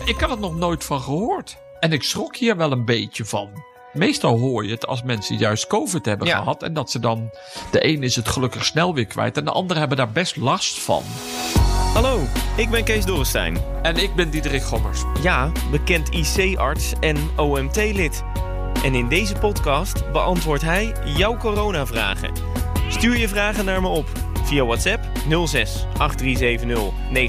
ik had het nog nooit van gehoord. En ik schrok hier wel een beetje van. Meestal hoor je het als mensen juist COVID hebben gehad. En dat ze dan... De een is het gelukkig snel weer kwijt. En de anderen hebben daar best last van. Hallo, ik ben Kees Dorrestein. En ik ben Diederik Gommers. Ja, bekend IC-arts en OMT-lid. En in deze podcast beantwoordt hij jouw coronavragen. Stuur je vragen naar me op via WhatsApp 06 8370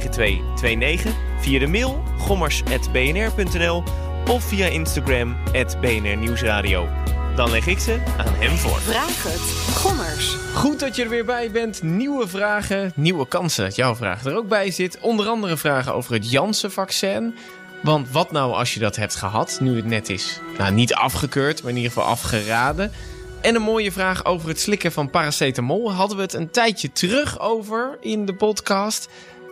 9229, via de mail gommers@bnr.nl of via Instagram @BNR Nieuwsradio. Dan leg ik ze aan hem voor. Vraag het, Gommers. Goed dat je er weer bij bent. Nieuwe vragen, nieuwe kansen dat jouw vraag er ook bij zit. Onder andere vragen over het Janssen-vaccin. Want wat nou als je dat hebt gehad, nu het net is niet afgekeurd, maar in ieder geval afgeraden. En een mooie vraag over het slikken van paracetamol. Hadden we het een tijdje terug over in de podcast.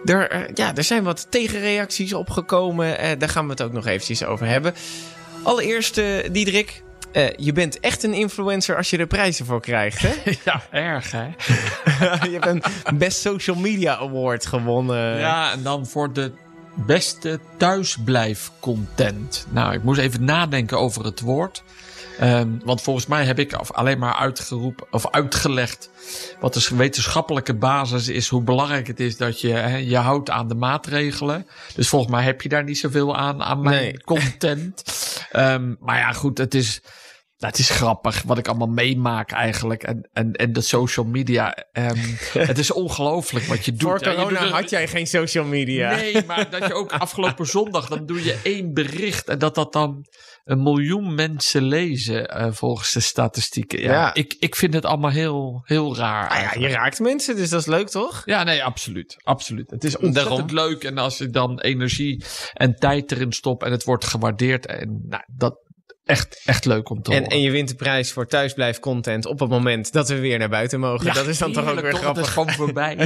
Er zijn wat tegenreacties opgekomen. Daar gaan we het ook nog eventjes over hebben. Allereerst, Diederik, je bent echt een influencer als je er prijzen voor krijgt, hè? Ja, erg, hè? Je hebt een Best Social Media Award gewonnen. Ja, en dan voor de beste thuisblijfcontent. Nou, ik moest even nadenken over het woord. Want volgens mij heb ik alleen maar uitgelegd wat de wetenschappelijke basis is, hoe belangrijk het is dat je houdt aan de maatregelen. Dus volgens mij heb je daar niet zoveel aan mijn content. Maar ja, goed, het is grappig wat ik allemaal meemaak eigenlijk. En de social media. Het is ongelooflijk wat je doet. Voor corona had jij geen social media. Nee, maar dat je ook afgelopen zondag, dan doe je 1 bericht. En dat dan 1 miljoen mensen lezen volgens de statistieken. Ja. Ik vind het allemaal heel, heel raar. Ja, je raakt mensen, dus dat is leuk, toch? Ja, nee, absoluut. Absoluut. Het is ontzettend leuk. En als je dan energie en tijd erin stopt en het wordt gewaardeerd. En dat... Echt leuk om te horen. En je wint de prijs voor thuisblijfcontent op het moment dat we weer naar buiten mogen. Ja, dat is dan toch ook weer grappig. Dat is gewoon voorbij.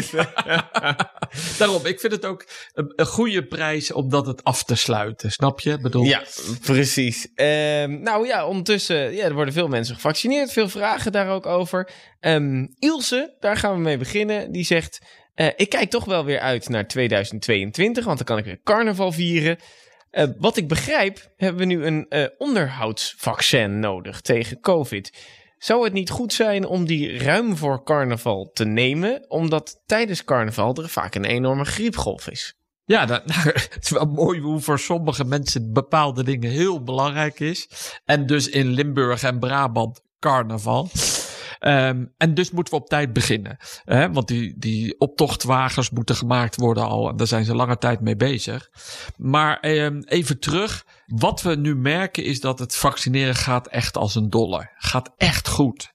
Daarom, ik vind het ook een goede prijs om dat af te sluiten. Snap je? Ja, precies. Ondertussen er worden veel mensen gevaccineerd. Veel vragen daar ook over. Ilse, daar gaan we mee beginnen. Die zegt, ik kijk toch wel weer uit naar 2022. Want dan kan ik weer carnaval vieren. Wat ik begrijp, hebben we nu een onderhoudsvaccin nodig tegen COVID. Zou het niet goed zijn om die ruim voor carnaval te nemen? Omdat tijdens carnaval er vaak een enorme griepgolf is. Ja, het is wel mooi hoe voor sommige mensen bepaalde dingen heel belangrijk is. En dus in Limburg en Brabant carnaval. En dus moeten we op tijd beginnen. Want die optochtwagens moeten gemaakt worden al. En daar zijn ze lange tijd mee bezig. Maar even terug. Wat we nu merken is dat het vaccineren gaat echt als een dolle. Gaat echt goed.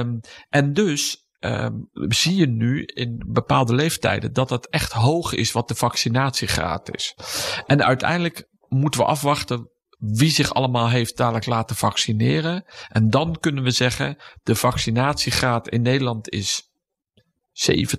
En dus zie je nu in bepaalde leeftijden dat het echt hoog is wat de vaccinatiegraad is. En uiteindelijk moeten we afwachten wie zich allemaal heeft dadelijk laten vaccineren. En dan kunnen we zeggen, de vaccinatiegraad in Nederland is 70%, 75%,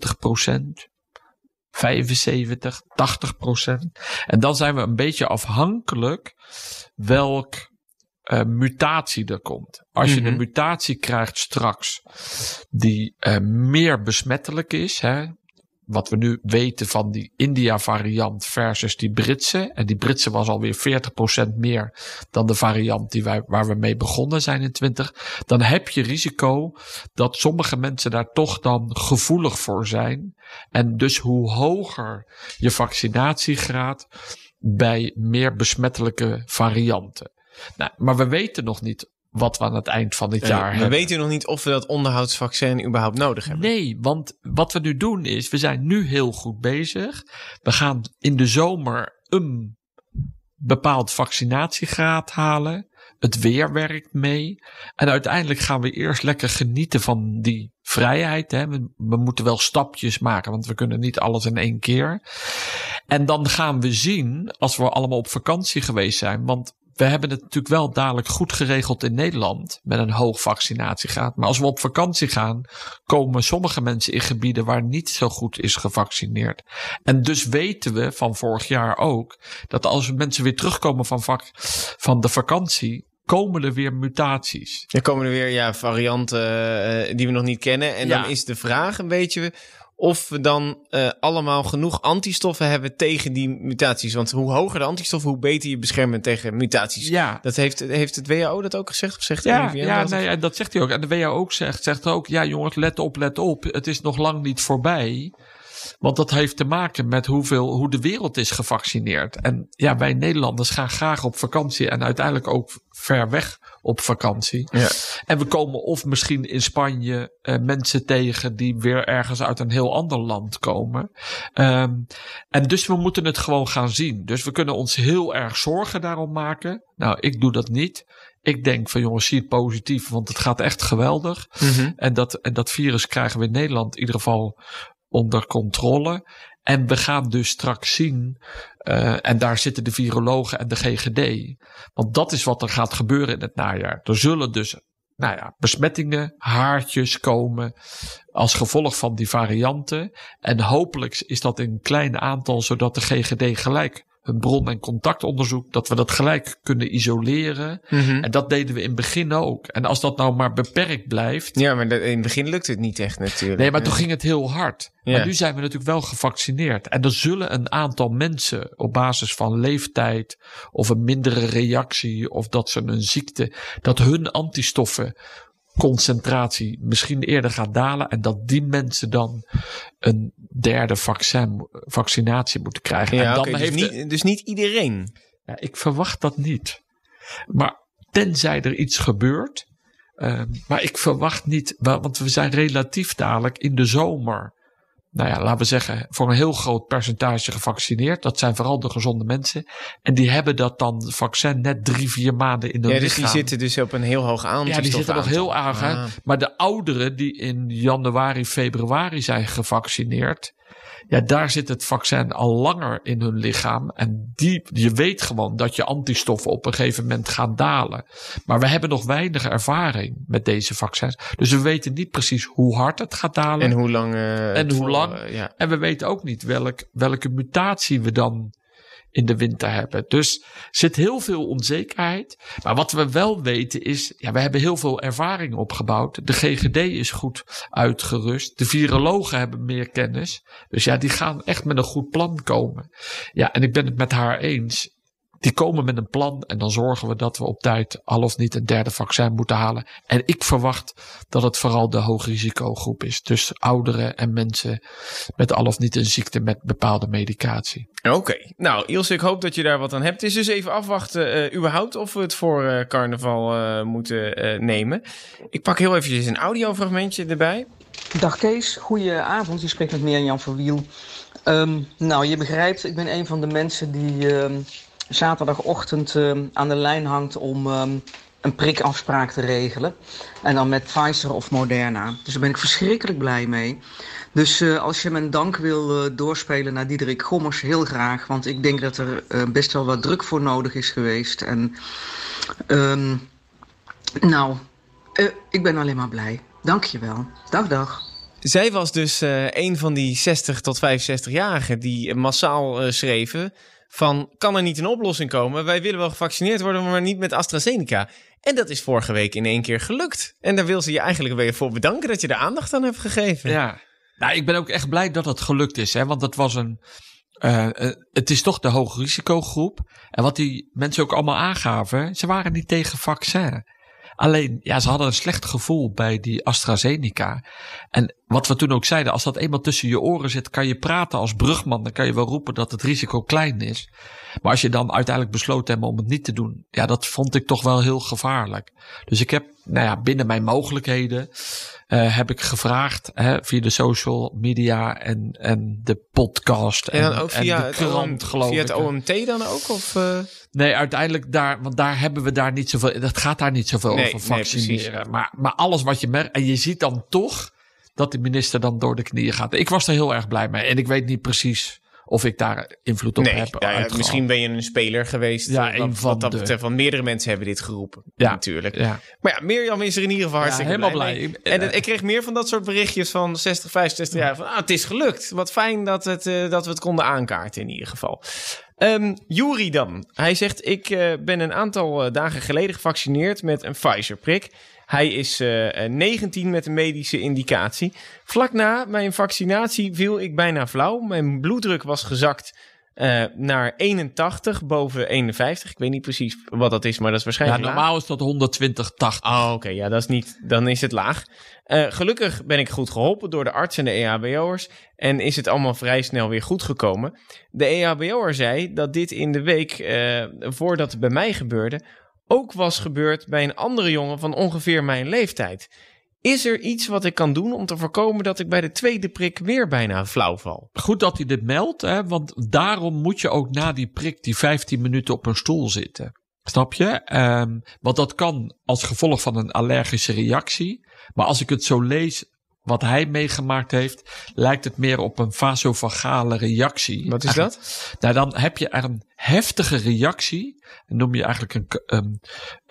80%. En dan zijn we een beetje afhankelijk welk mutatie er komt. Als je een mutatie krijgt straks die meer besmettelijk is, wat we nu weten van die India-variant versus die Britse. En die Britse was alweer 40% meer dan de variant waar we mee begonnen zijn in 20. Dan heb je risico dat sommige mensen daar toch dan gevoelig voor zijn. En dus hoe hoger je vaccinatiegraad bij meer besmettelijke varianten. Nou, maar we weten nog niet wat we aan het eind van dit jaar hebben. We weten nog niet of we dat onderhoudsvaccin überhaupt nodig hebben. Nee, want wat we nu doen is, we zijn nu heel goed bezig. We gaan in de zomer een bepaald vaccinatiegraad halen. Het weer werkt mee. En uiteindelijk gaan we eerst lekker genieten van die vrijheid. We moeten wel stapjes maken, want we kunnen niet alles in 1 keer. En dan gaan we zien, als we allemaal op vakantie geweest zijn, want we hebben het natuurlijk wel dadelijk goed geregeld in Nederland met een hoog vaccinatiegraad. Maar als we op vakantie gaan, komen sommige mensen in gebieden waar niet zo goed is gevaccineerd. En dus weten we van vorig jaar ook dat als mensen weer terugkomen van de vakantie, komen er weer mutaties. Er komen er weer varianten die we nog niet kennen. En dan is de vraag een beetje of we dan allemaal genoeg antistoffen hebben tegen die mutaties. Want hoe hoger de antistoffen, hoe beter je beschermt tegen mutaties. Ja. Dat heeft het WHO dat ook gezegd? Of zegt de Ja, RIVM dat zegt hij ook. En de WHO zegt ook, ja jongens, let op. Het is nog lang niet voorbij. Want dat heeft te maken met hoe de wereld is gevaccineerd. En ja, wij Nederlanders gaan graag op vakantie en uiteindelijk ook ver weg op vakantie. Ja. En we komen of misschien in Spanje mensen tegen die weer ergens uit een heel ander land komen. En dus we moeten het gewoon gaan zien. Dus we kunnen ons heel erg zorgen daarom maken. Nou, ik doe dat niet. Ik denk van jongens, zie het positief, want het gaat echt geweldig. Mm-hmm. En dat virus krijgen we in Nederland in ieder geval onder controle. En we gaan dus straks zien, en daar zitten de virologen en de GGD. Want dat is wat er gaat gebeuren in het najaar. Er zullen dus besmettingen, haartjes komen als gevolg van die varianten. En hopelijk is dat in een klein aantal, zodat de GGD gelijk hun bron- en contactonderzoek, dat we dat gelijk kunnen isoleren. Mm-hmm. En dat deden we in het begin ook. En als dat nou maar beperkt blijft. Ja, maar in het begin lukt het niet echt natuurlijk. Nee, maar toen ging het heel hard. Ja. Maar nu zijn we natuurlijk wel gevaccineerd. En er zullen een aantal mensen op basis van leeftijd of een mindere reactie of dat ze een ziekte, dat hun antistoffenconcentratie misschien eerder gaat dalen en dat die mensen dan een derde vaccinatie moeten krijgen. Ja, en dan okay, dus niet iedereen. Ja, ik verwacht dat niet. Maar tenzij er iets gebeurt. Maar ik verwacht niet, want we zijn relatief dadelijk in de zomer. Nou ja, laten we zeggen, voor een heel groot percentage gevaccineerd. Dat zijn vooral de gezonde mensen. En die hebben dat dan vaccin net 3-4 maanden in hun lichaam. Dus die zitten dus op een heel hoog aantal. Ja, die zitten nog heel erg. Ah. Maar de ouderen die in januari, februari zijn gevaccineerd. Ja, daar zit het vaccin al langer in hun lichaam. En je weet gewoon dat je antistoffen op een gegeven moment gaan dalen. Maar we hebben nog weinig ervaring met deze vaccins. Dus we weten niet precies hoe hard het gaat dalen. En hoe lang. Ja. En we weten ook niet welke mutatie we dan in de winter hebben. Dus er zit heel veel onzekerheid. Maar wat we wel weten is, ja, we hebben heel veel ervaring opgebouwd. De GGD is goed uitgerust. De virologen hebben meer kennis. Dus ja, die gaan echt met een goed plan komen. Ja, en ik ben het met haar eens. Die komen met een plan en dan zorgen we dat we op tijd al of niet een derde vaccin moeten halen. En ik verwacht dat het vooral de hoogrisicogroep is. Dus ouderen en mensen met al of niet een ziekte met bepaalde medicatie. Oké. Nou, Ilse, ik hoop dat je daar wat aan hebt. Het is dus even afwachten überhaupt of we het voor carnaval moeten nemen. Ik pak heel eventjes een audiofragmentje erbij. Dag Kees, goedenavond. Je spreekt met Mirjam van Wiel. Nou, je begrijpt, ik ben een van de mensen die zaterdagochtend aan de lijn hangt om een prikafspraak te regelen. En dan met Pfizer of Moderna. Dus daar ben ik verschrikkelijk blij mee. Dus als je mijn dank wil doorspelen naar Diederik Gommers, heel graag. Want ik denk dat er best wel wat druk voor nodig is geweest. En ik ben alleen maar blij. Dank je wel. Dag. Zij was dus een van die 60 tot 65-jarigen die massaal schreven van, kan er niet een oplossing komen? Wij willen wel gevaccineerd worden, maar niet met AstraZeneca. En dat is vorige week in 1 keer gelukt. En daar wil ze je eigenlijk weer voor bedanken dat je er aandacht aan hebt gegeven. Ja, nou, ik ben ook echt blij dat het gelukt is. Hè? Want het was het is toch de hoogrisicogroep. En wat die mensen ook allemaal aangaven, ze waren niet tegen vaccin. Alleen, ja, ze hadden een slecht gevoel bij die AstraZeneca. En wat we toen ook zeiden, als dat eenmaal tussen je oren zit, kan je praten als brugman. Dan kan je wel roepen dat het risico klein is. Maar als je dan uiteindelijk besloten hebt om het niet te doen, ja, dat vond ik toch wel heel gevaarlijk. Dus ik heb, binnen mijn mogelijkheden, heb ik gevraagd via de social media en de podcast en dan ook via de krant, geloof ik. Via het OMT dan ook? Of? Nee, uiteindelijk want daar hebben we daar niet zoveel. Dat gaat daar niet zoveel over vaccineren. Maar alles wat je merkt. En je ziet dan toch dat de minister dan door de knieën gaat. Ik was er heel erg blij mee. En ik weet niet precies of ik daar invloed op heb. Ja, misschien ben je een speler geweest. Ja, wat dat betreft. Want meerdere mensen hebben dit geroepen. Ja, natuurlijk. Ja. Maar ja, Mirjam is er in ieder geval hartstikke blij. En ik kreeg meer van dat soort berichtjes van 60, 65 jaar. Van, het is gelukt. Wat fijn dat we het konden aankaarten in ieder geval. Juri dan. Hij zegt, ik ben een aantal dagen geleden gevaccineerd met een Pfizer-prik. Hij is 19 met een medische indicatie. Vlak na mijn vaccinatie viel ik bijna flauw. Mijn bloeddruk was gezakt naar 81 boven 51. Ik weet niet precies wat dat is, maar dat is waarschijnlijk laag. Normaal is dat 120/80. Oh, oké. Ja, dat is niet. Dan is het laag. Gelukkig ben ik goed geholpen door de arts en de EHBO'ers en is het allemaal vrij snel weer goed gekomen. De EHBO'er zei dat dit in de week voordat het bij mij gebeurde ook was gebeurd bij een andere jongen van ongeveer mijn leeftijd. Is er iets wat ik kan doen om te voorkomen dat ik bij de tweede prik weer bijna flauw val? Goed dat hij dit meldt, hè, want daarom moet je ook na die prik die 15 minuten op een stoel zitten. Snap je? Want dat kan als gevolg van een allergische reactie. Maar als ik het zo lees wat hij meegemaakt heeft, lijkt het meer op een vasovagale reactie. Wat is dat? Nou, dan heb je een heftige reactie. Dat noem je eigenlijk een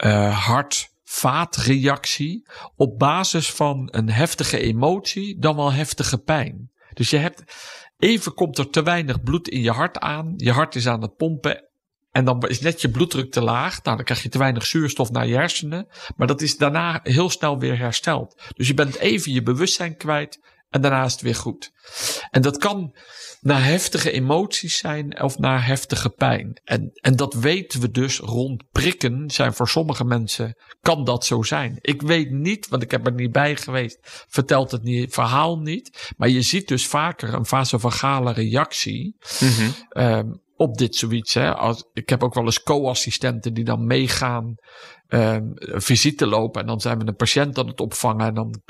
hart-vaatreactie. Op basis van een heftige emotie, dan wel heftige pijn. Dus even komt er te weinig bloed in je hart aan. Je hart is aan het pompen. En dan is net je bloeddruk te laag. Nou, dan krijg je te weinig zuurstof naar je hersenen. Maar dat is daarna heel snel weer hersteld. Dus je bent even je bewustzijn kwijt. En daarna is het weer goed. En dat kan na heftige emoties zijn of na heftige pijn. En dat weten we dus rond prikken. Zijn voor sommige mensen kan dat zo zijn. Ik weet niet, want ik heb er niet bij geweest. Vertelt het verhaal niet. Maar je ziet dus vaker een vasovagale reactie. Op dit zoiets. Hè. Ik heb ook wel eens co-assistenten die dan meegaan visite lopen. En dan zijn we een patiënt aan het opvangen. En dan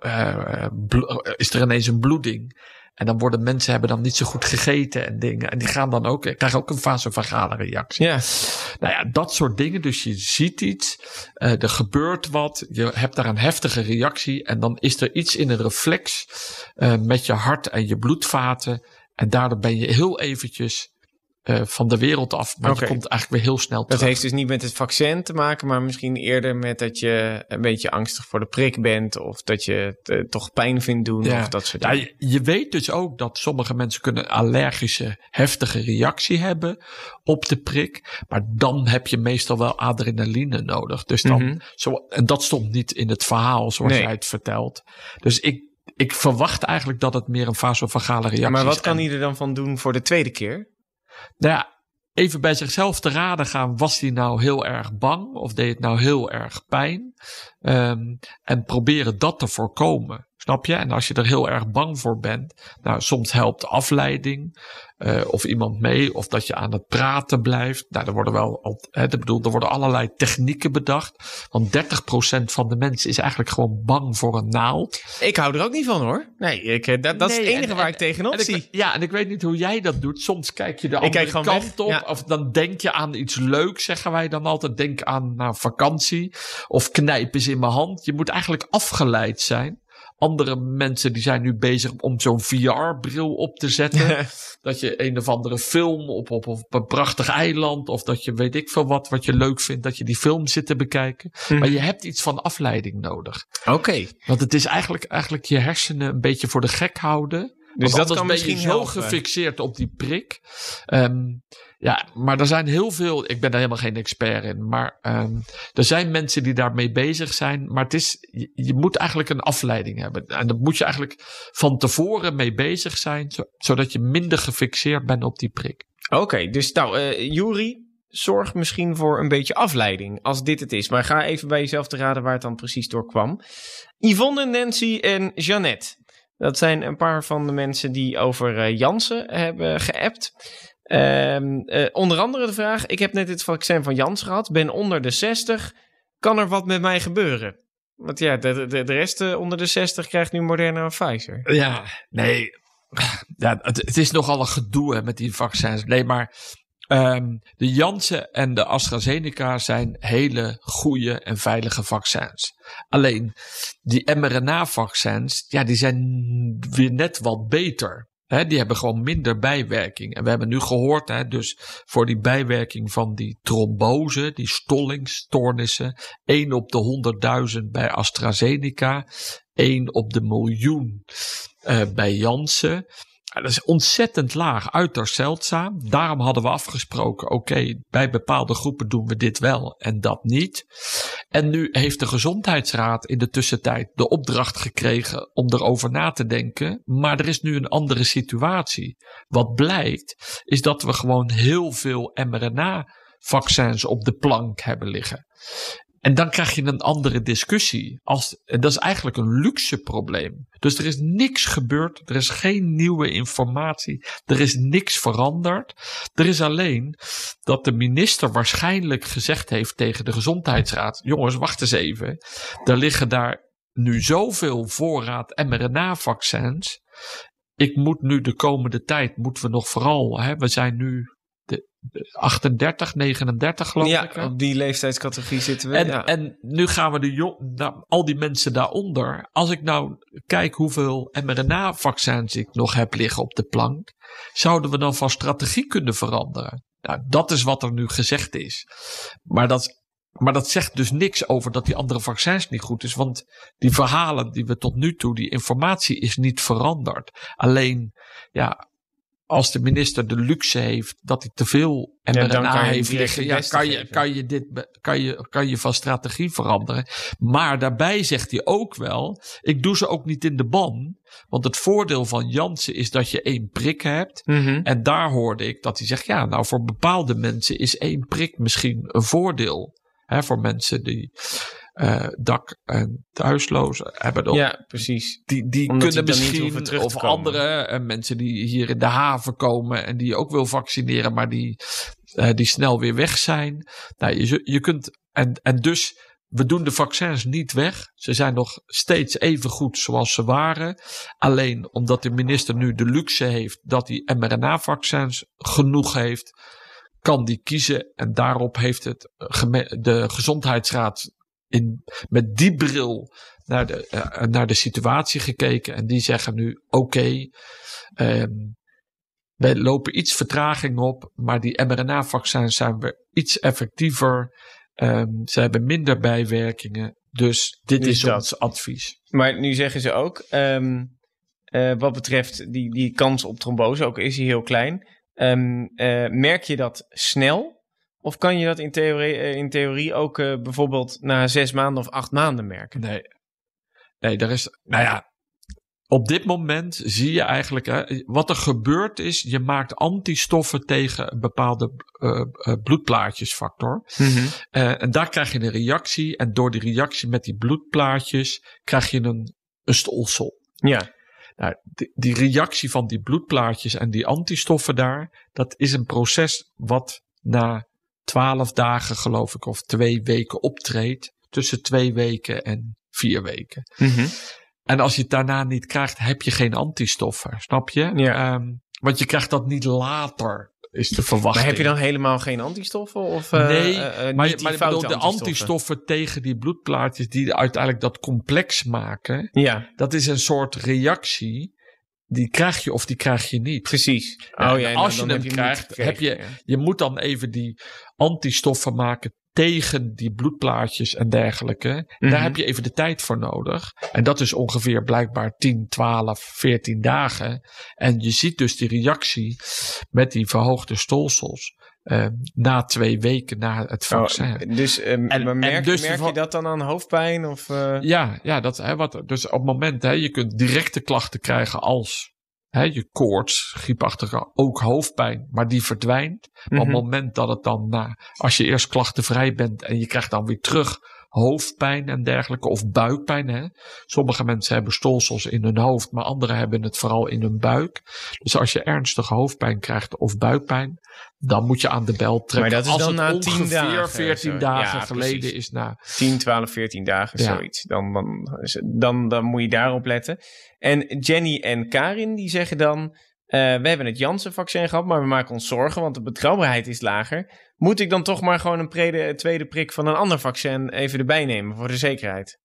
is er ineens een bloeding. En dan hebben dan niet zo goed gegeten en dingen. En die gaan dan ook, krijgen ook een vasovagale reactie. Ja. Nou ja, dat soort dingen. Dus je ziet iets. Er gebeurt wat. Je hebt daar een heftige reactie. En dan is er iets in een reflex met je hart en je bloedvaten. En daardoor ben je heel eventjes van de wereld af. Maar je komt eigenlijk weer heel snel terug. Dat heeft dus niet met het vaccin te maken, maar misschien eerder met dat je een beetje angstig voor de prik bent. Of dat je het toch pijn vindt doen. Ja. Of dat soort dingen. Ja, je weet dus ook dat sommige mensen kunnen een allergische, heftige reactie hebben op de prik. Maar dan heb je meestal wel adrenaline nodig. Dus dan, en dat stond niet in het verhaal zoals jij het vertelt. Dus ik verwacht eigenlijk dat het meer een vasovagale reactie is. Maar wat kan hij er dan van doen voor de tweede keer? Nou ja, even bij zichzelf te raden gaan. Was hij nou heel erg bang? Of deed het nou heel erg pijn? En proberen dat te voorkomen. Snap je? En als je er heel erg bang voor bent. Nou, soms helpt afleiding. Of iemand mee. Of dat je aan het praten blijft. Nou, er worden allerlei technieken bedacht. Want 30% van de mensen is eigenlijk gewoon bang voor een naald. Ik hou er ook niet van hoor. Nee, dat is het enige waar ik tegenop zie. En ik weet niet hoe jij dat doet. Soms kijk je de andere kant op. Ja. Of dan denk je aan iets leuks, zeggen wij dan altijd. Denk aan vakantie. Of knijp eens in mijn hand. Je moet eigenlijk afgeleid zijn. Andere mensen die zijn nu bezig om zo'n VR-bril op te zetten. Dat je een of andere film op een prachtig eiland. Of dat je weet ik veel wat je leuk vindt. Dat je die film zit te bekijken. Maar je hebt iets van afleiding nodig. Oké. Want het is eigenlijk je hersenen een beetje voor de gek houden. Dus want dat kan misschien ben je zo gefixeerd op die prik. Ja, maar er zijn heel veel. Ik ben daar helemaal geen expert in. Maar er zijn mensen die daarmee bezig zijn. Maar je moet eigenlijk een afleiding hebben. En daar moet je eigenlijk van tevoren mee bezig zijn. Zodat je minder gefixeerd bent op die prik. Oké, dus Juri, zorg misschien voor een beetje afleiding. Als dit het is. Maar ga even bij jezelf te raden waar het dan precies door kwam. Yvonne, Nancy en Jeannette. Dat zijn een paar van de mensen die over Janssen hebben geappt. Onder andere de vraag. Ik heb net het vaccin van Janssen gehad. Ben onder de 60. Kan er wat met mij gebeuren? Want ja, de rest onder de 60 krijgt nu Moderna of Pfizer. Ja, nee. Ja, het is nogal een gedoe met die vaccins. Nee, maar de Janssen en de AstraZeneca zijn hele goede en veilige vaccins. Alleen die mRNA-vaccins, ja, die zijn weer net wat beter. Die hebben gewoon minder bijwerking. En we hebben nu gehoord, dus voor die bijwerking van die trombose, die stollingstoornissen, 1 op de 100.000 bij AstraZeneca, 1 op de miljoen bij Janssen. Dat is ontzettend laag, uiterst zeldzaam. Daarom hadden we afgesproken, oké, bij bepaalde groepen doen we dit wel en dat niet. En nu heeft de Gezondheidsraad in de tussentijd de opdracht gekregen om erover na te denken. Maar er is nu een andere situatie. Wat blijkt, is dat we gewoon heel veel mRNA-vaccins op de plank hebben liggen. En dan krijg je een andere discussie. En dat is eigenlijk een luxe probleem. Dus er is niks gebeurd. Er is geen nieuwe informatie. Er is niks veranderd. Er is alleen dat de minister waarschijnlijk gezegd heeft tegen de Gezondheidsraad. Jongens, wacht eens even. Er liggen daar nu zoveel voorraad mRNA-vaccins. Ik moet nu de komende tijd, moeten we nog vooral. We zijn nu de 38, 39 geloof ik. Ja, op die leeftijdscategorie zitten we. En nu gaan we al die mensen daaronder. Als ik nou kijk hoeveel mRNA-vaccins ik nog heb liggen op de plank. Zouden we dan van strategie kunnen veranderen? Nou, dat is wat er nu gezegd is. Maar dat zegt dus niks over dat die andere vaccins niet goed is. Want die verhalen die we tot nu toe, die informatie is niet veranderd. Alleen, ja, als de minister de luxe heeft dat hij te veel mRNA heeft liggen, kan je van strategie veranderen. Maar daarbij zegt hij ook wel, ik doe ze ook niet in de ban. Want het voordeel van Janssen is dat je 1 prik hebt. Mm-hmm. En daar hoorde ik dat hij zegt, ja, nou voor bepaalde mensen is 1 prik misschien een voordeel. Voor mensen die dak- en thuislozen hebben. Ja, precies. Die kunnen misschien, of andere mensen die hier in de haven komen en die je ook wil vaccineren, maar die snel weer weg zijn. Nou, je kunt, en dus we doen de vaccins niet weg. Ze zijn nog steeds even goed zoals ze waren. Alleen omdat de minister nu de luxe heeft dat hij mRNA-vaccins genoeg heeft, kan die kiezen. En daarop heeft de Gezondheidsraad met die bril naar de situatie gekeken. En die zeggen nu, oké, wij lopen iets vertraging op, maar die mRNA-vaccins zijn weer iets effectiever. Ze hebben minder bijwerkingen. Dus dit is ons advies. Maar nu zeggen ze ook, wat betreft die kans op trombose, ook is die heel klein. Merk je dat snel? Of kan je dat in theorie ook bijvoorbeeld na 6 maanden of 8 maanden merken? Nee, er is, nou ja, op dit moment zie je eigenlijk, wat er gebeurt is, je maakt antistoffen tegen een bepaalde bloedplaatjesfactor. Mm-hmm. En daar krijg je een reactie. En door die reactie met die bloedplaatjes krijg je een stolsel. Ja. Nou, die reactie van die bloedplaatjes en die antistoffen daar, dat is een proces wat na 12 dagen geloof ik of 2 weken optreedt. Tussen 2 weken en 4 weken. Mm-hmm. En als je het daarna niet krijgt, heb je geen antistoffen. Snap je? Ja. Want je krijgt dat niet later, is de verwachting. Maar heb je dan helemaal geen antistoffen? Of, nee, maar ik bedoel, de antistoffen tegen die bloedplaatjes die uiteindelijk dat complex maken. Ja. Dat is een soort reactie. Die krijg je of die krijg je niet. Precies. Als je hem krijgt, je moet dan even die antistoffen maken tegen die bloedplaatjes en dergelijke. Mm-hmm. Daar heb je even de tijd voor nodig. En dat is ongeveer blijkbaar 10, 12, 14 dagen. En je ziet dus die reactie met die verhoogde stolsels na 2 weken na het vaccin. Merk je dat dan aan hoofdpijn? Of, Ja, dus op het moment, je kunt directe klachten krijgen als je koorts, griepachtige, ook hoofdpijn, maar die verdwijnt. Maar op het moment dat het dan als je eerst klachtenvrij bent en je krijgt dan weer terug hoofdpijn en dergelijke, of buikpijn. Sommige mensen hebben stolsels in hun hoofd, maar anderen hebben het vooral in hun buik. Dus als je ernstige hoofdpijn krijgt of buikpijn, dan moet je aan de bel trekken. Maar dat is als dan het na 10 dagen, 14 dagen geleden precies. is. Na 10, 12, 14 dagen, zoiets. Dan moet je daarop letten. En Jenny en Karin die zeggen dan, we hebben het Janssen-vaccin gehad, maar we maken ons zorgen, want de betrouwbaarheid is lager. Moet ik dan toch maar gewoon een tweede prik van een ander vaccin even erbij nemen voor de zekerheid?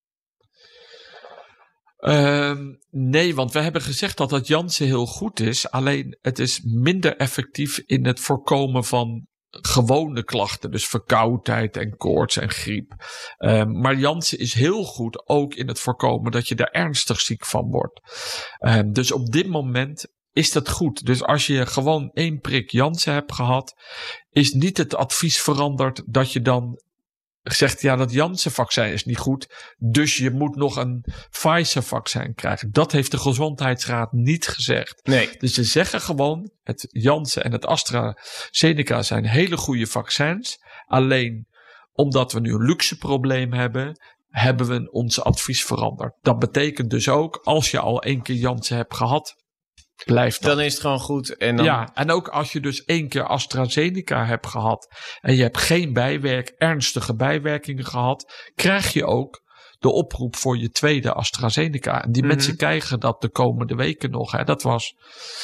Nee, want we hebben gezegd dat het Janssen heel goed is. Alleen het is minder effectief in het voorkomen van gewone klachten. Dus verkoudheid en koorts en griep. Maar Janssen is heel goed ook in het voorkomen dat je er ernstig ziek van wordt. Dus op dit moment is dat goed. Dus als je gewoon 1 prik Janssen hebt gehad, is niet het advies veranderd dat je dan zegt, ja, dat Janssen-vaccin is niet goed, dus je moet nog een Pfizer-vaccin krijgen. Dat heeft de Gezondheidsraad niet gezegd. Nee. Dus ze zeggen gewoon, het Janssen en het AstraZeneca zijn hele goede vaccins. Alleen, omdat we nu een luxe probleem hebben we ons advies veranderd. Dat betekent dus ook, als je al 1 keer Janssen hebt gehad, blijft dat. Dan is het gewoon goed. En dan... Ja, en ook als je dus 1 keer AstraZeneca hebt gehad en je hebt geen ernstige bijwerkingen gehad, krijg je ook de oproep voor je tweede AstraZeneca. En die mensen krijgen dat de komende weken nog. Hè. Dat was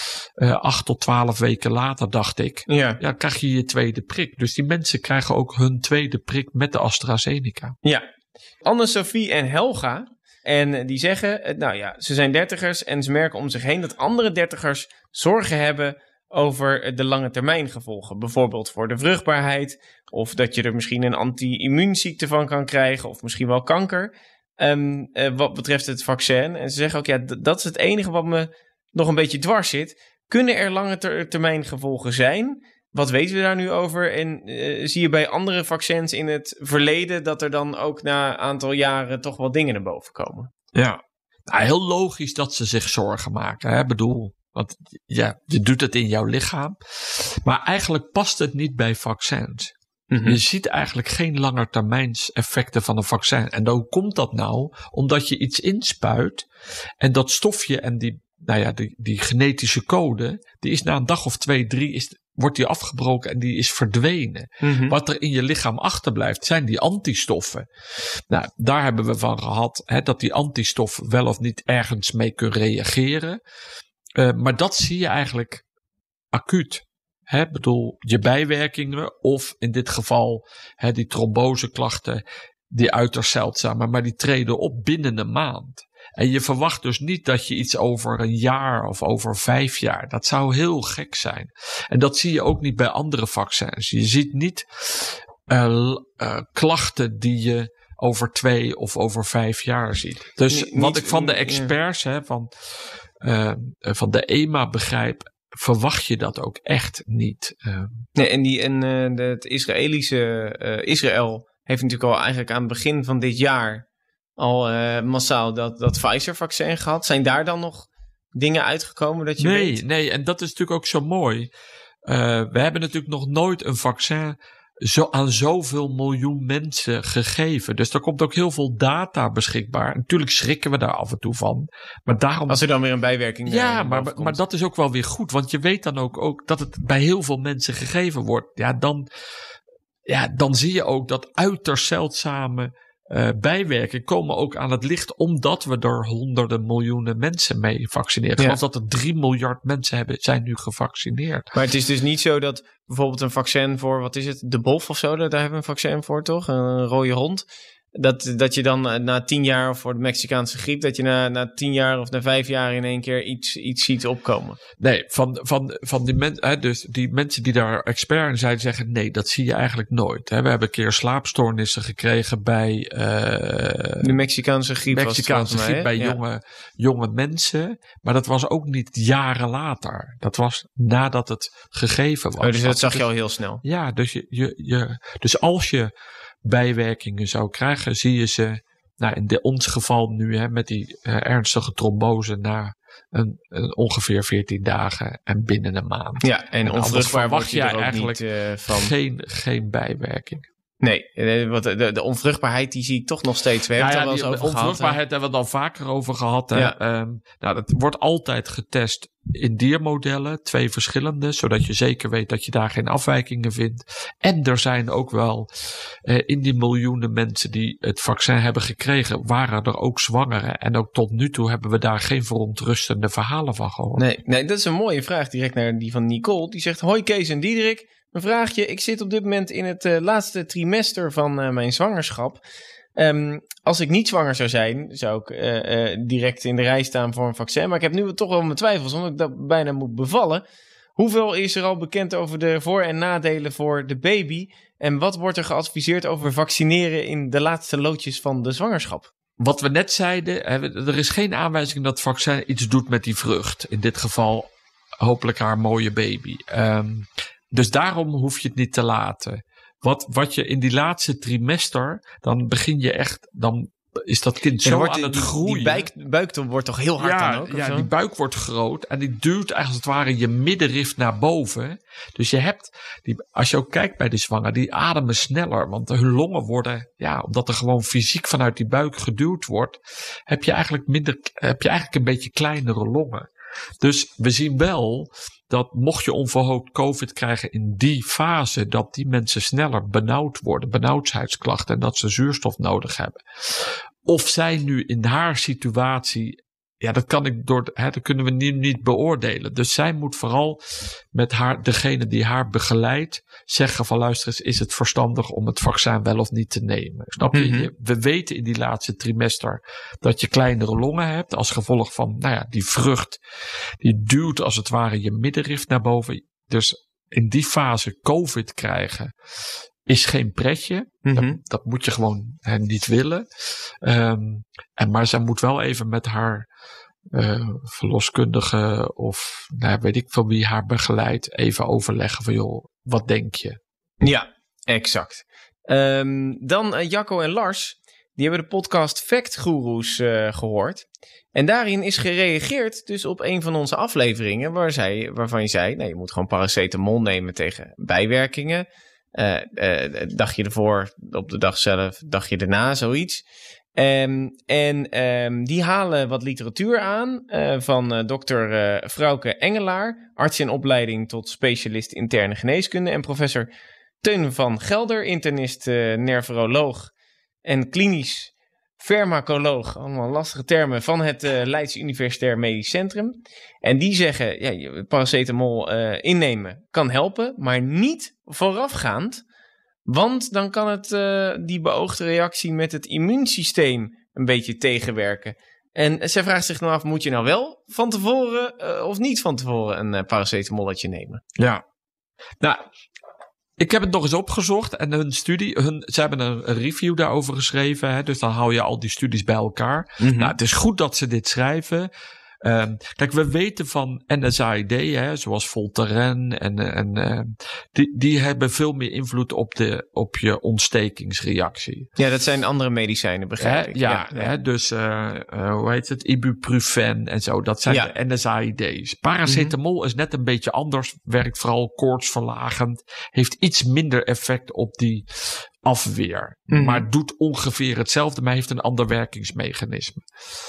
8 tot 12 weken later, dacht ik. Ja, krijg je je tweede prik. Dus die mensen krijgen ook hun tweede prik met de AstraZeneca. Ja. Anne-Sophie en Helga. En die zeggen, ze zijn 30ers en ze merken om zich heen dat andere 30ers zorgen hebben over de lange termijn gevolgen. Bijvoorbeeld voor de vruchtbaarheid, of dat je er misschien een anti-immuunziekte van kan krijgen, of misschien wel kanker. Wat betreft het vaccin. En ze zeggen ook, dat is het enige wat me nog een beetje dwars zit. Kunnen er lange termijn gevolgen zijn? Wat weten we daar nu over? En zie je bij andere vaccins in het verleden dat er dan ook na een aantal jaren toch wel dingen naar boven komen? Ja, heel logisch dat ze zich zorgen maken. Hè? Bedoel, want ja, je doet het in jouw lichaam. Maar eigenlijk past het niet bij vaccins. Je ziet eigenlijk geen langetermijns effecten van een vaccin. En hoe komt dat nou? Omdat je iets inspuit en dat stofje en die genetische code, die is na een dag of 2, 3 wordt die afgebroken en die is verdwenen. Wat er in je lichaam achterblijft, zijn die antistoffen. Nou, daar hebben we van gehad, dat die antistof wel of niet ergens mee kunnen reageren. Maar dat zie je eigenlijk acuut. Bedoel, je bijwerkingen of in dit geval die tromboseklachten, die uiterst zeldzaam, maar die treden op binnen een maand. En je verwacht dus niet dat je iets over een jaar of over 5 jaar. Dat zou heel gek zijn. En dat zie je ook niet bij andere vaccins. Je ziet niet klachten die je over 2 of over 5 jaar ziet. Dus wat ik van de experts van de EMA begrijp, verwacht je dat ook echt niet. Het Israël heeft natuurlijk al eigenlijk aan het begin van dit jaar al massaal dat Pfizer-vaccin gehad. Zijn daar dan nog dingen uitgekomen dat je weet? Nee, en dat is natuurlijk ook zo mooi. We hebben natuurlijk nog nooit een vaccin aan zoveel miljoen mensen gegeven. Dus er komt ook heel veel data beschikbaar. Natuurlijk schrikken we daar af en toe van. Maar daarom, als er dan weer een bijwerking maar dat is ook wel weer goed. Want je weet dan ook dat het bij heel veel mensen gegeven wordt. Dan zie je ook dat uiterst zeldzame bijwerkingen komen ook aan het licht, omdat we er honderden miljoenen mensen mee vaccineren. Ik geloof dat er 3 miljard mensen zijn nu gevaccineerd. Maar het is dus niet zo dat bijvoorbeeld een vaccin voor, wat is het, de bof of zo, daar hebben we een vaccin voor, toch? Een rode hond. Dat je dan na 10 jaar, of voor de Mexicaanse griep, dat je na 10 jaar of na 5 jaar in één keer iets ziet opkomen. Nee, van die mensen, dus die mensen die daar expert in zijn, zeggen nee, dat zie je eigenlijk nooit. We hebben een keer slaapstoornissen gekregen bij de Mexicaanse griep. Bij jonge mensen. Maar dat was ook niet jaren later. Dat was nadat het gegeven was. Dus dat zag je al heel snel. Ja, dus als je bijwerkingen zou krijgen, zie je ze, in ons geval nu met die ernstige trombose na ongeveer 14 dagen en binnen een maand. Ja, en onvruchtbaar word je er ook eigenlijk niet van. Geen bijwerking. Nee, want de onvruchtbaarheid die zie ik toch nog steeds. We hebben het al wel eens over gehad. Onvruchtbaarheid hebben we het al vaker over gehad. Ja. Dat wordt altijd getest in diermodellen, 2 verschillende, zodat je zeker weet dat je daar geen afwijkingen vindt. En er zijn ook wel in die miljoenen mensen die het vaccin hebben gekregen, waren er ook zwangeren. En ook tot nu toe hebben we daar geen verontrustende verhalen van gehoord. Nee, dat is een mooie vraag direct naar die van Nicole. Die zegt, hoi Kees en Diederik. Een vraagje, ik zit op dit moment in het laatste trimester van mijn zwangerschap. Als ik niet zwanger zou zijn, zou ik direct in de rij staan voor een vaccin. Maar ik heb nu toch wel mijn twijfels, omdat ik dat bijna moet bevallen. Hoeveel is er al bekend over de voor- en nadelen voor de baby? En wat wordt er geadviseerd over vaccineren in de laatste loodjes van de zwangerschap? Wat we net zeiden, er is geen aanwijzing dat het vaccin iets doet met die vrucht. In dit geval hopelijk haar mooie baby. Dus daarom hoef je het niet te laten. Wat je in die laatste trimester, dan begin je echt, dan is dat kind zo aan het groeien. Die buik wordt toch heel hard dan ook? Ja, die buik wordt groot en die duwt eigenlijk als het ware je middenrif naar boven. Dus je hebt, als je ook kijkt bij de zwanger, die ademen sneller. Want hun longen worden, omdat er gewoon fysiek vanuit die buik geduwd wordt, heb je eigenlijk een beetje kleinere longen. Dus we zien wel dat mocht je onverhoopt COVID krijgen in die fase, dat die mensen sneller benauwd worden, benauwdheidsklachten, en dat ze zuurstof nodig hebben. Of zij nu in haar situatie, dat kunnen we niet beoordelen. Dus zij moet vooral met degene die haar begeleidt, zeggen van luister eens, is het verstandig om het vaccin wel of niet te nemen? Snap je? Mm-hmm. We weten in die laatste trimester dat je kleinere longen hebt als gevolg van, die vrucht, die duwt als het ware je middenrif naar boven. Dus in die fase COVID krijgen is geen pretje. Mm-hmm. Dat moet je gewoon niet willen. Maar zij moet wel even met haar verloskundige of weet ik van wie haar begeleidt, even overleggen van joh, wat denk je? Ja, exact. Dan Jacco en Lars, die hebben de podcast Fact Goeroes gehoord. En daarin is gereageerd dus op een van onze afleveringen waarvan je zei, je moet gewoon paracetamol nemen tegen bijwerkingen. Dagje ervoor, op de dag zelf, dagje erna, zoiets. Die halen wat literatuur aan van dokter Frauke Engelaar, arts in opleiding tot specialist interne geneeskunde, en professor Teun van Gelder, internist, neuroloog en klinisch farmacoloog, allemaal lastige termen, van het Leids Universitair Medisch Centrum. En die zeggen, paracetamol innemen kan helpen, maar niet voorafgaand. Want dan kan het die beoogde reactie met het immuunsysteem een beetje tegenwerken. En zij vraagt zich nou af, moet je nou wel van tevoren of niet van tevoren een paracetamolletje nemen? Ja, ik heb het nog eens opgezocht en hun studie, ze hebben een review daarover geschreven. Hè, dus dan hou je al die studies bij elkaar. Mm-hmm. Het is goed dat ze dit schrijven. Kijk, we weten van NSAID, zoals Voltaren en die hebben veel meer invloed op je ontstekingsreactie. Ja, dat zijn andere medicijnen, begrijp ik. Ja. Dus hoe heet het? Ibuprofen en zo, dat zijn de NSAID's. Paracetamol is net een beetje anders, werkt vooral koortsverlagend, heeft iets minder effect op die afweer, maar doet ongeveer hetzelfde, maar heeft een ander werkingsmechanisme.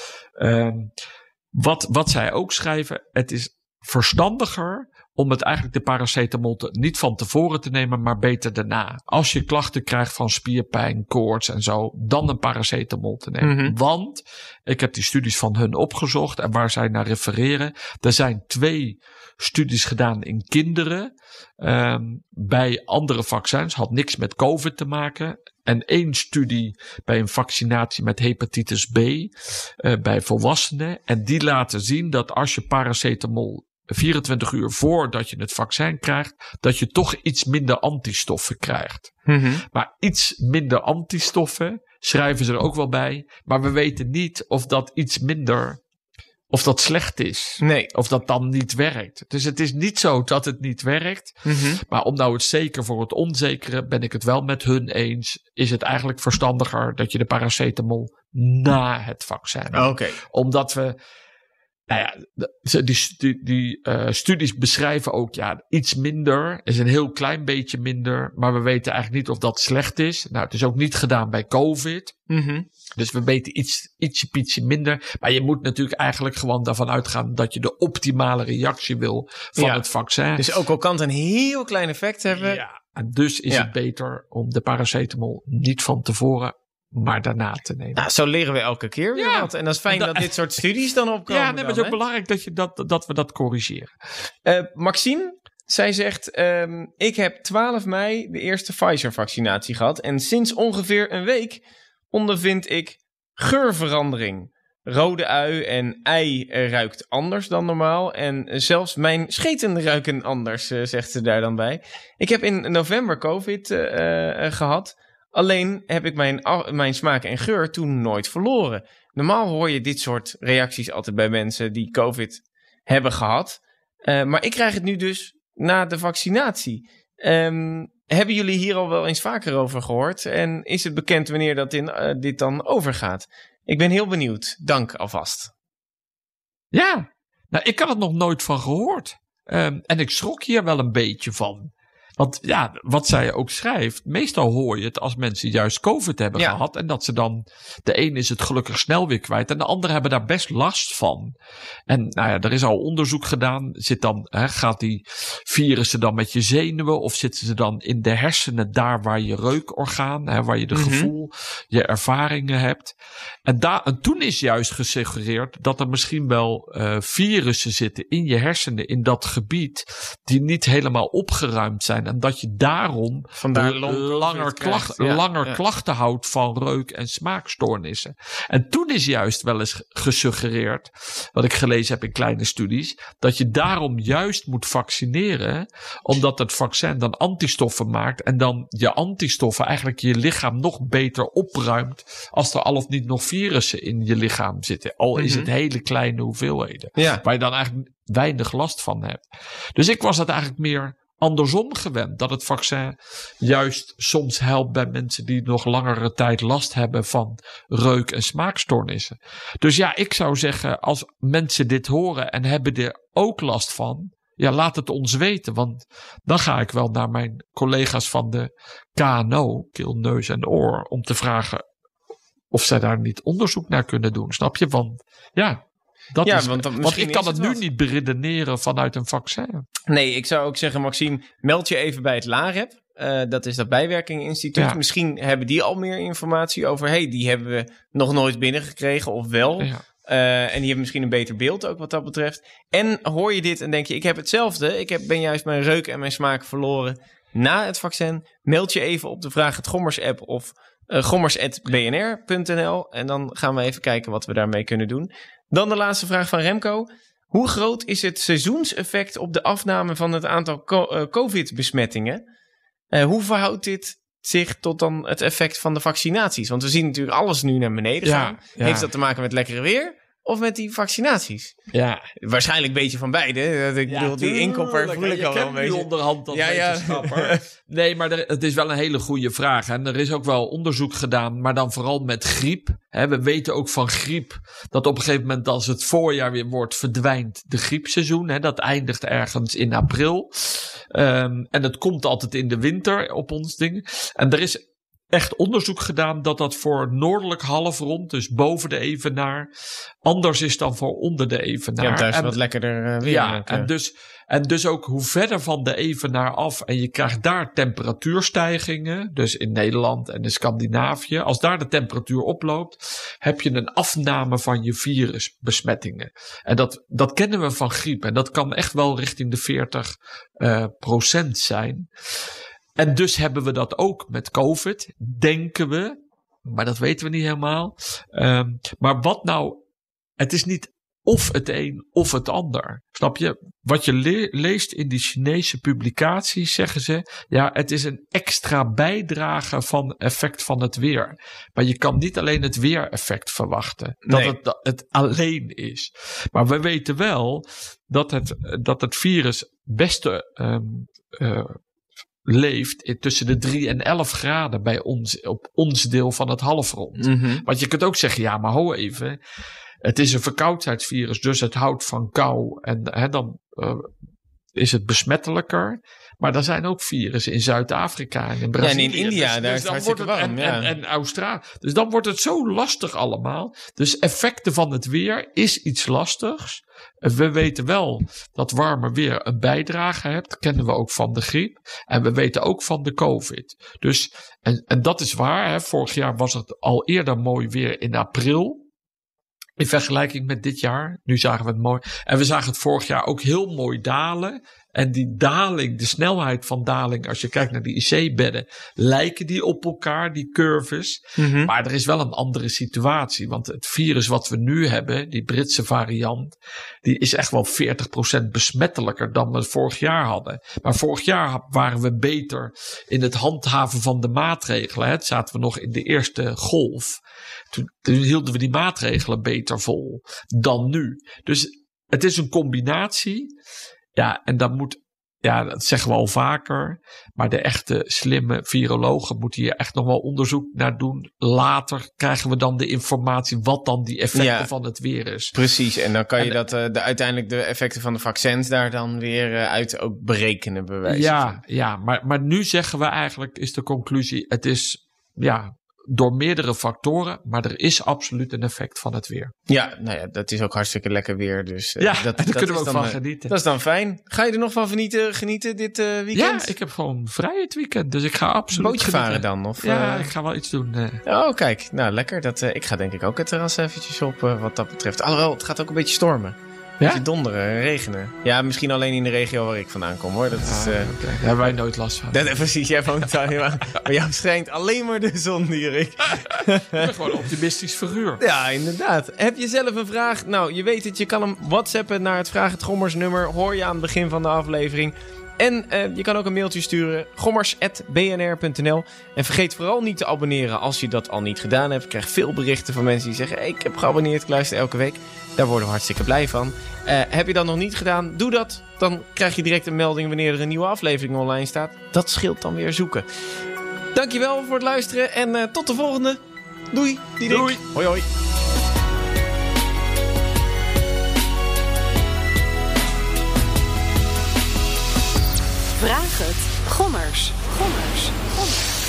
Wat zij ook schrijven, het is verstandiger om het eigenlijk de paracetamol niet van tevoren te nemen, maar beter daarna. Als je klachten krijgt van spierpijn, koorts en zo, dan een paracetamol te nemen. Mm-hmm. Want, ik heb die studies van hun opgezocht en waar zij naar refereren, er zijn 2 studies gedaan in kinderen bij andere vaccins, had niks met COVID te maken. En 1 studie bij een vaccinatie met hepatitis B bij volwassenen. En die laten zien dat als je paracetamol 24 uur voordat je het vaccin krijgt, dat je toch iets minder antistoffen krijgt. Mm-hmm. Maar iets minder antistoffen schrijven ze er ook wel bij. Maar we weten niet of dat iets minder, of dat slecht is. Nee. Of dat dan niet werkt. Dus het is niet zo dat het niet werkt. Mm-hmm. Maar om nou het zeker voor het onzekere, ben ik het wel met hun eens, is het eigenlijk verstandiger dat je de paracetamol na het vaccin neemt. Okay. Omdat we, die studies beschrijven ook, iets minder is een heel klein beetje minder, maar we weten eigenlijk niet of dat slecht is. Nou, het is ook niet gedaan bij COVID. Mm-hmm. Dus we weten ietsje minder. Maar je moet natuurlijk eigenlijk gewoon daarvan uitgaan dat je de optimale reactie wil van het vaccin. Dus ook al kan het een heel klein effect hebben. Ja, en dus is het beter om de paracetamol niet van tevoren, maar daarna te nemen. Nou, zo leren we elke keer weer wat. En dat is fijn dat dit soort studies dan opkomen. Ja, maar het is ook belangrijk dat we dat corrigeren. Maxime, zij zegt, ik heb 12 mei de eerste Pfizer-vaccinatie gehad. En sinds ongeveer een week ondervind ik geurverandering. Rode ui en ei ruikt anders dan normaal. En zelfs mijn scheten ruiken anders, zegt ze daar dan bij. Ik heb in november COVID gehad. Alleen heb ik mijn smaak en geur toen nooit verloren. Normaal hoor je dit soort reacties altijd bij mensen die COVID hebben gehad. Maar ik krijg het nu dus na de vaccinatie. Hebben jullie hier al wel eens vaker over gehoord? En is het bekend wanneer dat dit dan overgaat? Ik ben heel benieuwd. Dank alvast. Ja, nou, ik had het nog nooit van gehoord. En ik schrok hier wel een beetje van. Want ja, wat zij ook schrijft, meestal hoor je het als mensen juist COVID hebben gehad. En dat ze dan, de een is het gelukkig snel weer kwijt en de anderen hebben daar best last van. En nou ja, er is al onderzoek gedaan. Gaat die virussen dan met je zenuwen of zitten ze dan in de hersenen daar waar je reukorgaan, waar je de gevoel, je ervaringen hebt. En toen is juist gesuggereerd dat er misschien wel virussen zitten in je hersenen in dat gebied die niet helemaal opgeruimd zijn. En dat je daarom langer klachten houdt van reuk- en smaakstoornissen. En toen is juist wel eens gesuggereerd, wat ik gelezen heb in kleine studies, dat je daarom juist moet vaccineren, omdat het vaccin dan antistoffen maakt en dan je antistoffen eigenlijk je lichaam nog beter opruimt als er al of niet nog virussen in je lichaam zitten. Al is het hele kleine hoeveelheden. Ja. Waar je dan eigenlijk weinig last van hebt. Dus ik was het eigenlijk meer andersom gewend. Dat het vaccin juist soms helpt bij mensen die nog langere tijd last hebben van reuk- en smaakstoornissen. Dus ja, ik zou zeggen, als mensen dit horen en hebben er ook last van, ja, laat het ons weten. Want dan ga ik wel naar mijn collega's van de KNO, keel, neus en oor, om te vragen of zij daar niet onderzoek naar kunnen doen. Snap je? Want ja, want ik kan het nu niet beredeneren vanuit een vaccin. Nee, ik zou ook zeggen, Maxime, meld je even bij het LAREP. Dat is dat bijwerkingeninstituut. Ja. Misschien hebben die al meer informatie over, die hebben we nog nooit binnengekregen of wel. Ja. En die hebben misschien een beter beeld ook wat dat betreft. En hoor je dit en denk je, ik heb hetzelfde. Ik ben juist mijn reuk en mijn smaak verloren na het vaccin. Meld je even op de Vraag het Gommers app of gommers@bnr.nl. En dan gaan we even kijken wat we daarmee kunnen doen. Dan de laatste vraag van Remco. Hoe groot is het seizoenseffect op de afname van het aantal COVID-besmettingen? Hoe verhoudt dit zich tot dan het effect van de vaccinaties? Want we zien natuurlijk alles nu naar beneden gaan. Ja. Heeft dat te maken met lekkere weer? Of met die vaccinaties? Ja. Waarschijnlijk een beetje van beide. Ik bedoel, die inkopper voel ik al wel een beetje. Je onderhand als wetenschapper. Nee, maar het is wel een hele goede vraag. En er is ook wel onderzoek gedaan, maar dan vooral met griep. We weten ook van griep dat op een gegeven moment als het voorjaar weer wordt, verdwijnt de griepseizoen. Dat eindigt ergens in april. En het komt altijd in de winter op ons ding. En er is echt onderzoek gedaan dat voor noordelijk halfrond, dus boven de evenaar, anders is dan voor onder de evenaar. Ja, daar is wat lekkerder weer. Ja, en dus ook hoe verder van de evenaar af en je krijgt daar temperatuurstijgingen, dus in Nederland en in Scandinavië, als daar de temperatuur oploopt, heb je een afname van je virusbesmettingen. En dat kennen we van griep en dat kan echt wel richting de 40% zijn. En dus hebben we dat ook met COVID, denken we. Maar dat weten we niet helemaal. Maar wat nou, het is niet of het een of het ander. Snap je? Wat je leest in die Chinese publicaties zeggen ze, ja, het is een extra bijdrage van effect van het weer. Maar je kan niet alleen het weereffect verwachten. Dat het alleen is. Maar we weten wel dat het virus best leeft tussen de 3 en 11 graden bij ons, op ons deel van het halfrond. Want je kunt ook zeggen, ja, maar ho even. Het is een verkoudheidsvirus, dus het houdt van kou. En dan is het besmettelijker. Maar er zijn ook virussen in Zuid-Afrika en in Brazilië. Ja, en in India, daar is het hartstikke warm. En Australië. Dus dan wordt het zo lastig allemaal. Dus effecten van het weer is iets lastigs. We weten wel dat warmer weer een bijdrage heeft. Dat kennen we ook van de griep. En we weten ook van de COVID. Dus, en dat is waar. Vorig jaar was het al eerder mooi weer in april. In vergelijking met dit jaar. Nu zagen we het mooi. En we zagen het vorig jaar ook heel mooi dalen. En die daling, de snelheid van daling, als je kijkt naar die IC-bedden, lijken die op elkaar, die curves. Maar er is wel een andere situatie. Want het virus wat we nu hebben, die Britse variant, die is echt wel 40% besmettelijker dan we vorig jaar hadden. Maar vorig jaar waren we beter in het handhaven van de maatregelen. Toen zaten we nog in de eerste golf. Toen hielden we die maatregelen beter vol dan nu. Dus het is een combinatie. Ja, en dan moet... Ja, dat zeggen we al vaker. Maar de echte slimme virologen moeten hier echt nog wel onderzoek naar doen. Later krijgen we dan de informatie wat dan die effecten van het weer is. Precies, en dan kan je uiteindelijk de effecten van de vaccins daar dan weer uit ook berekenen, bij wijze van. Ja, maar nu zeggen we eigenlijk, is de conclusie, het is door meerdere factoren, maar er is absoluut een effect van het weer. Ja, nou ja, dat is ook hartstikke lekker weer. Dus daar kunnen we ook van genieten. Dat is dan fijn. Ga je er nog van genieten dit weekend? Ja, ik heb gewoon vrij het weekend, dus ik ga absoluut bootje varen dan? Of, ja, ik ga wel iets doen. Oh, kijk. Nou, lekker. Ik ga denk ik ook het terras eventjes op wat dat betreft. Alhoewel, het gaat ook een beetje stormen. Een beetje donderen, regenen. Ja, misschien alleen in de regio waar ik vandaan kom, hoor. Dat is, Daar hebben wij nooit last van. Precies, jij woont daar helemaal. Bij jou schijnt alleen maar de zon, Dierik. Ik ben gewoon een optimistisch figuur. Ja, inderdaad. Heb je zelf een vraag? Nou, je weet het, je kan hem whatsappen naar het Vraag het Gommers nummer. Hoor je aan het begin van de aflevering. En je kan ook een mailtje sturen, gommers@bnr.nl. En vergeet vooral niet te abonneren als je dat al niet gedaan hebt. Ik krijg veel berichten van mensen die zeggen, hey, ik heb geabonneerd, ik luister elke week. Daar worden we hartstikke blij van. Heb je dat nog niet gedaan, doe dat. Dan krijg je direct een melding wanneer er een nieuwe aflevering online staat. Dat scheelt dan weer zoeken. Dankjewel voor het luisteren en tot de volgende. Doei. Doei. Hoi hoi. Vraag het. Gommers.